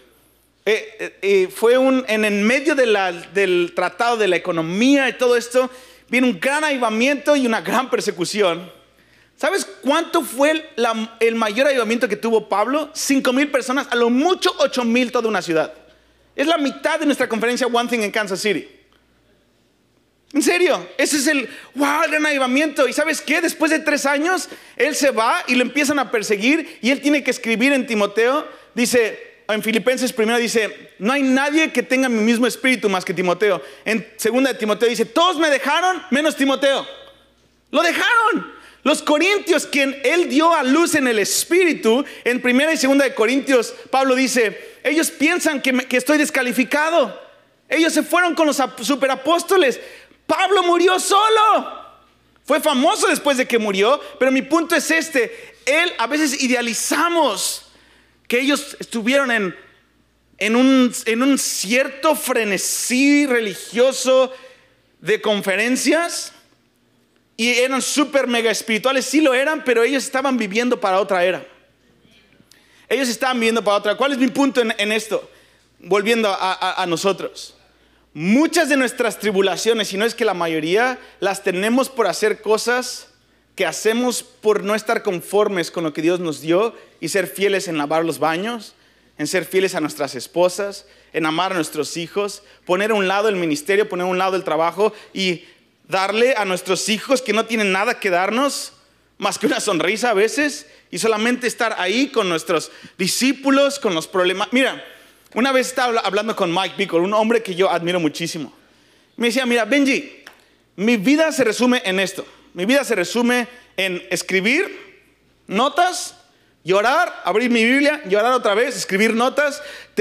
Fue en el medio del tratado de la economía y todo esto, viene un gran avivamiento y una gran persecución. ¿Sabes cuánto fue el mayor avivamiento que tuvo Pablo? 5,000 personas, a lo mucho 8,000 toda una ciudad. Es la mitad de nuestra conferencia One Thing en Kansas City. En serio, ese es el gran avivamiento. ¿Y sabes qué? Después de 3 años, él se va y lo empiezan a perseguir y él tiene que escribir en Timoteo. Dice, en Filipenses 1 dice, no hay nadie que tenga mi mismo espíritu más que Timoteo. En 2 de Timoteo dice, todos me dejaron menos Timoteo. Lo dejaron. Los corintios, quien él dio a luz en el espíritu, en 1 y 2 de Corintios, Pablo dice, ellos piensan que estoy descalificado. Ellos se fueron con los superapóstoles. Pablo murió solo. Fue famoso después de que murió, pero mi punto es a veces idealizamos que ellos estuvieron en un cierto frenesí religioso de conferencias y eran súper mega espirituales. Sí lo eran, pero ellos estaban viviendo para otra era. Ellos estaban viviendo para otra. ¿Cuál es mi punto en esto? Volviendo a nosotros. Muchas de nuestras tribulaciones, si no es que la mayoría, las tenemos por hacer cosas que hacemos por no estar conformes con lo que Dios nos dio y ser fieles en lavar los baños, en ser fieles a nuestras esposas, en amar a nuestros hijos, poner a un lado el ministerio, poner a un lado el trabajo y darle a nuestros hijos que no tienen nada que darnos más que una sonrisa a veces y solamente estar ahí con nuestros discípulos, con los problemas. Mira, una vez estaba hablando con Mike Bickle, un hombre que yo admiro muchísimo. Me decía, mira, Benji, mi vida se resume en esto. Mi vida se resume en escribir notas, llorar, abrir mi Biblia, llorar otra vez, escribir notas,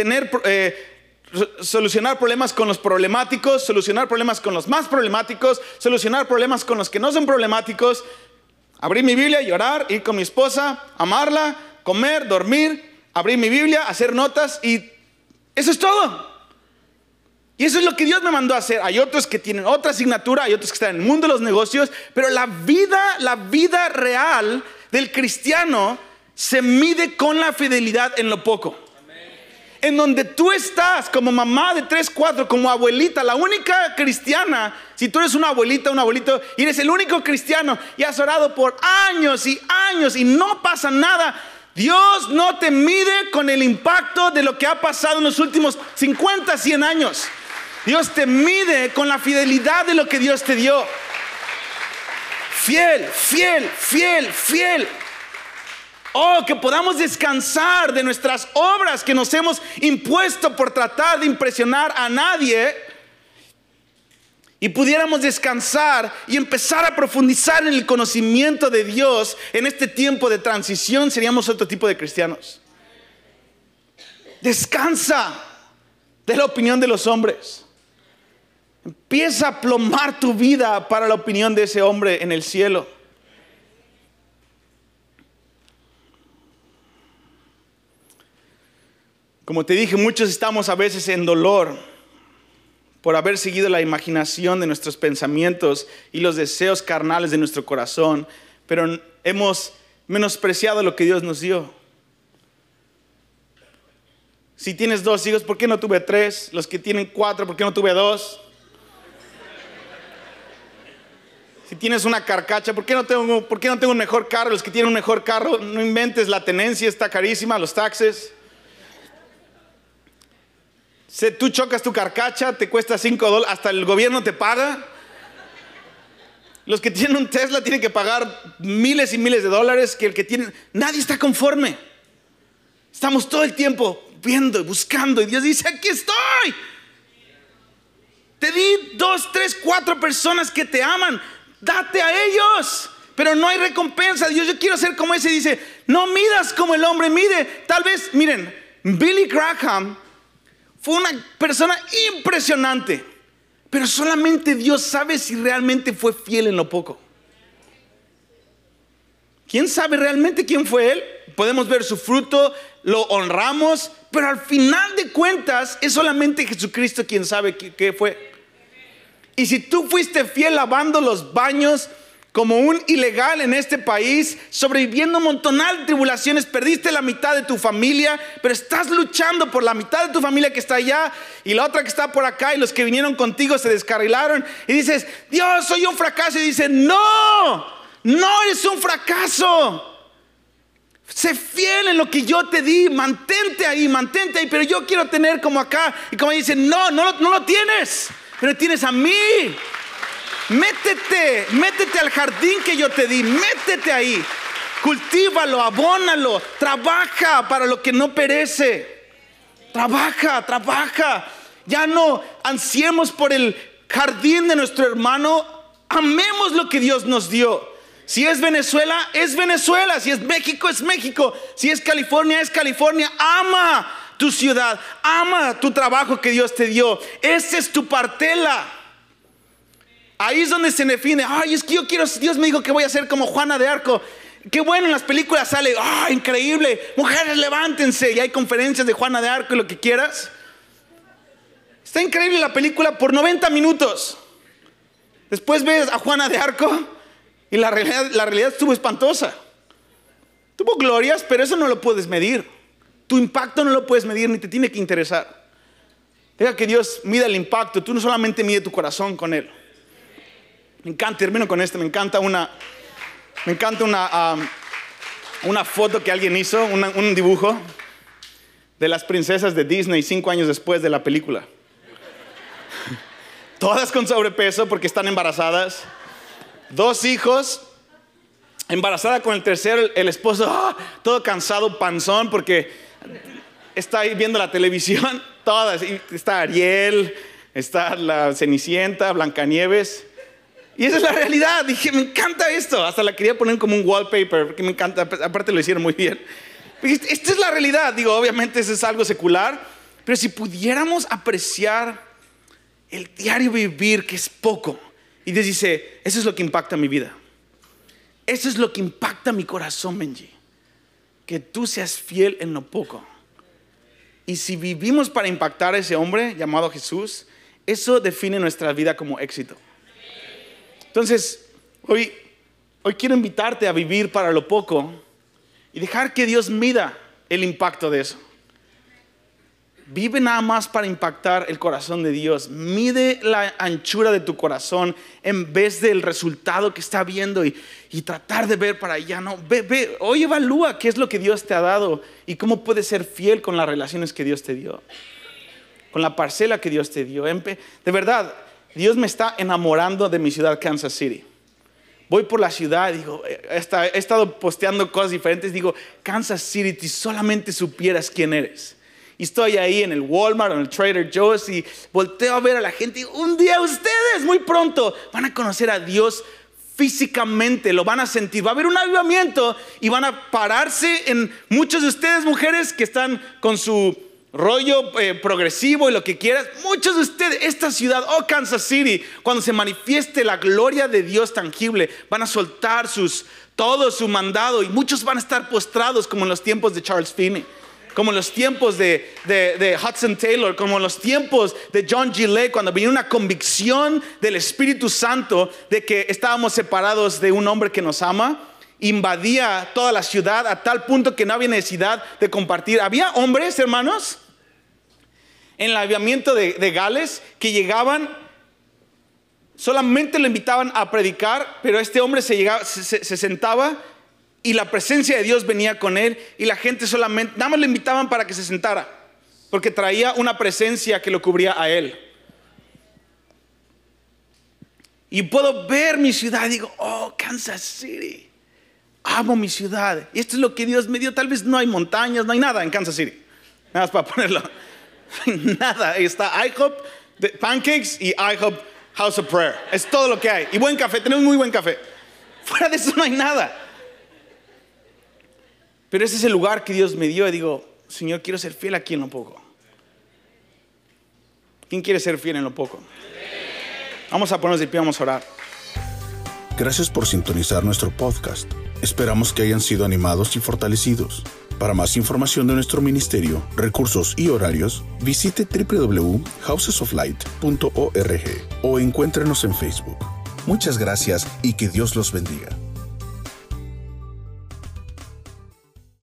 solucionar problemas con los problemáticos, solucionar problemas con los más problemáticos, solucionar problemas con los que no son problemáticos, abrir mi Biblia, llorar, ir con mi esposa, amarla, comer, dormir, abrir mi Biblia, hacer notas y eso es todo. Y eso es lo que Dios me mandó a hacer. Hay otros que tienen otra asignatura, hay otros que están en el mundo de los negocios, pero la vida real del cristiano se mide con la fidelidad en lo poco. En donde tú estás como mamá de 3, 4, como abuelita, la única cristiana, si tú eres una abuelita, un abuelito, y eres el único cristiano y has orado por años y años y no pasa nada, Dios no te mide con el impacto de lo que ha pasado en los últimos 50, 100 años. Dios te mide con la fidelidad de lo que Dios te dio. Fiel, fiel, fiel, fiel. Oh, que podamos descansar de nuestras obras que nos hemos impuesto por tratar de impresionar a nadie y pudiéramos descansar y empezar a profundizar en el conocimiento de Dios en este tiempo de transición. Seríamos otro tipo de cristianos. Descansa de la opinión de los hombres. Empieza a plomar tu vida para la opinión de ese hombre en el cielo. Como te dije, muchos estamos a veces en dolor por haber seguido la imaginación de nuestros pensamientos y los deseos carnales de nuestro corazón, pero hemos menospreciado lo que Dios nos dio. Si tienes 2 hijos, ¿por qué no tuve 3? Los que tienen 4, ¿por qué no tuve 2? Si tienes una carcacha, ¿por qué no tengo un mejor carro? Los que tienen un mejor carro, no inventes, la tenencia está carísima, los taxes. Si tú chocas tu carcacha, te cuesta $5, hasta el gobierno te paga. Los que tienen un Tesla tienen que pagar miles y miles de dólares, que el que tiene, nadie está conforme. Estamos todo el tiempo viendo y buscando y Dios dice, aquí estoy. Te di 2, 3, 4 personas que te aman. Date a ellos, pero no hay recompensa. Dios, yo quiero ser como ese. Dice, no midas como el hombre mide. Tal vez, miren, Billy Graham Fue una persona impresionante. Pero solamente Dios sabe si realmente fue fiel en lo poco. ¿Quién sabe realmente quién fue él? Podemos ver su fruto, lo honramos, pero al final de cuentas es solamente Jesucristo quien sabe qué fue. Y si tú fuiste fiel lavando los baños como un ilegal en este país, sobreviviendo un montonal de tribulaciones, perdiste la mitad de tu familia, pero estás luchando por la mitad de tu familia que está allá y la otra que está por acá, y los que vinieron contigo se descarrilaron, y dices, Dios, soy un fracaso. Y dice, no eres un fracaso. Sé fiel en lo que yo te di, mantente ahí, pero yo quiero tener como acá. Y como dice, no lo tienes, pero tienes a mí. Métete al jardín que yo te di, métete ahí, cultívalo, abónalo, trabaja para lo que no perece. Trabaja. Ya no ansiemos por el jardín de nuestro hermano, amemos lo que Dios nos dio. Si es Venezuela, es Venezuela. Si es México, es México. Si es California, es California. Ama tu ciudad, ama tu trabajo que Dios te dio. Esa es tu parcela. Ahí es donde se define, es que yo quiero, Dios me dijo que voy a ser como Juana de Arco. Qué bueno, en las películas sale, increíble, mujeres levántense, y hay conferencias de Juana de Arco y lo que quieras. Está increíble la película por 90 minutos. Después ves a Juana de Arco y la realidad estuvo espantosa. Tuvo glorias, pero eso no lo puedes medir. Tu impacto no lo puedes medir, ni te tiene que interesar. Deja que Dios mida el impacto. Tú no solamente mide tu corazón con Él. Me encanta, termino con esto, me encanta una foto que alguien hizo, un dibujo de las princesas de Disney 5 años después de la película. Todas con sobrepeso porque están embarazadas. 2 hijos, embarazada con el tercero, el esposo todo cansado, panzón, porque está ahí viendo la televisión. Todas, está Ariel, está la Cenicienta, Blancanieves. Y esa es la realidad. Dije, me encanta esto. Hasta la quería poner como un wallpaper, porque me encanta. Aparte lo hicieron muy bien. Esta es la realidad. Digo, obviamente eso es algo secular. Pero si pudiéramos apreciar el diario vivir, que es poco. Y Dios dice, eso es lo que impacta mi vida. Eso es lo que impacta mi corazón, Benji. Que tú seas fiel en lo poco. Y si vivimos para impactar a ese hombre llamado Jesús, eso define nuestra vida como éxito. Entonces, hoy quiero invitarte a vivir para lo poco y dejar que Dios mida el impacto de eso. Vive nada más para impactar el corazón de Dios. Mide la anchura de tu corazón en vez del resultado que está viendo y tratar de ver para allá. No, hoy evalúa qué es lo que Dios te ha dado y cómo puedes ser fiel con las relaciones que Dios te dio, con la parcela que Dios te dio. De verdad, Dios me está enamorando de mi ciudad, Kansas City. Voy por la ciudad, digo, he estado posteando cosas diferentes. Digo, Kansas City, si solamente supieras quién eres. Y estoy ahí en el Walmart o en el Trader Joe's y volteo a ver a la gente. Y un día ustedes, muy pronto, van a conocer a Dios físicamente. Lo van a sentir. Va a haber un avivamiento y van a pararse en muchos de ustedes, mujeres, que están con su rollo progresivo y lo que quieras. Muchos de ustedes, esta ciudad, Kansas City, cuando se manifieste la gloria de Dios tangible, van a soltar todo su mandado y muchos van a estar postrados como en los tiempos de Charles Finney, como en los tiempos de Hudson Taylor, como en los tiempos de John G. Lake, cuando venía una convicción del Espíritu Santo de que estábamos separados de un hombre que nos ama. Invadía toda la ciudad a tal punto que no había necesidad de compartir. Había hombres, hermanos, en el avivamiento de Gales, que llegaban, solamente lo invitaban a predicar, pero este hombre se sentaba y la presencia de Dios venía con él, y la gente solamente, nada más lo invitaban para que se sentara, porque traía una presencia que lo cubría a él. Y puedo ver mi ciudad y digo, Kansas City, amo mi ciudad. Y esto es lo que Dios me dio. Tal vez no hay montañas, no hay nada en Kansas City, nada más para ponerlo. Nada, está IHOP Pancakes y IHOP House of Prayer. Es todo lo que hay. Y buen café, tenemos muy buen café. Fuera de eso no hay nada. Pero ese es el lugar que Dios me dio. Y digo, Señor, quiero ser fiel aquí en lo poco. ¿Quién quiere ser fiel en lo poco? Vamos a ponernos de pie, vamos a orar. Gracias por sintonizar nuestro podcast. Esperamos que hayan sido animados y fortalecidos. Para más información de nuestro ministerio, recursos y horarios, visite www.housesoflight.org o encuéntrenos en Facebook. Muchas gracias y que Dios los bendiga.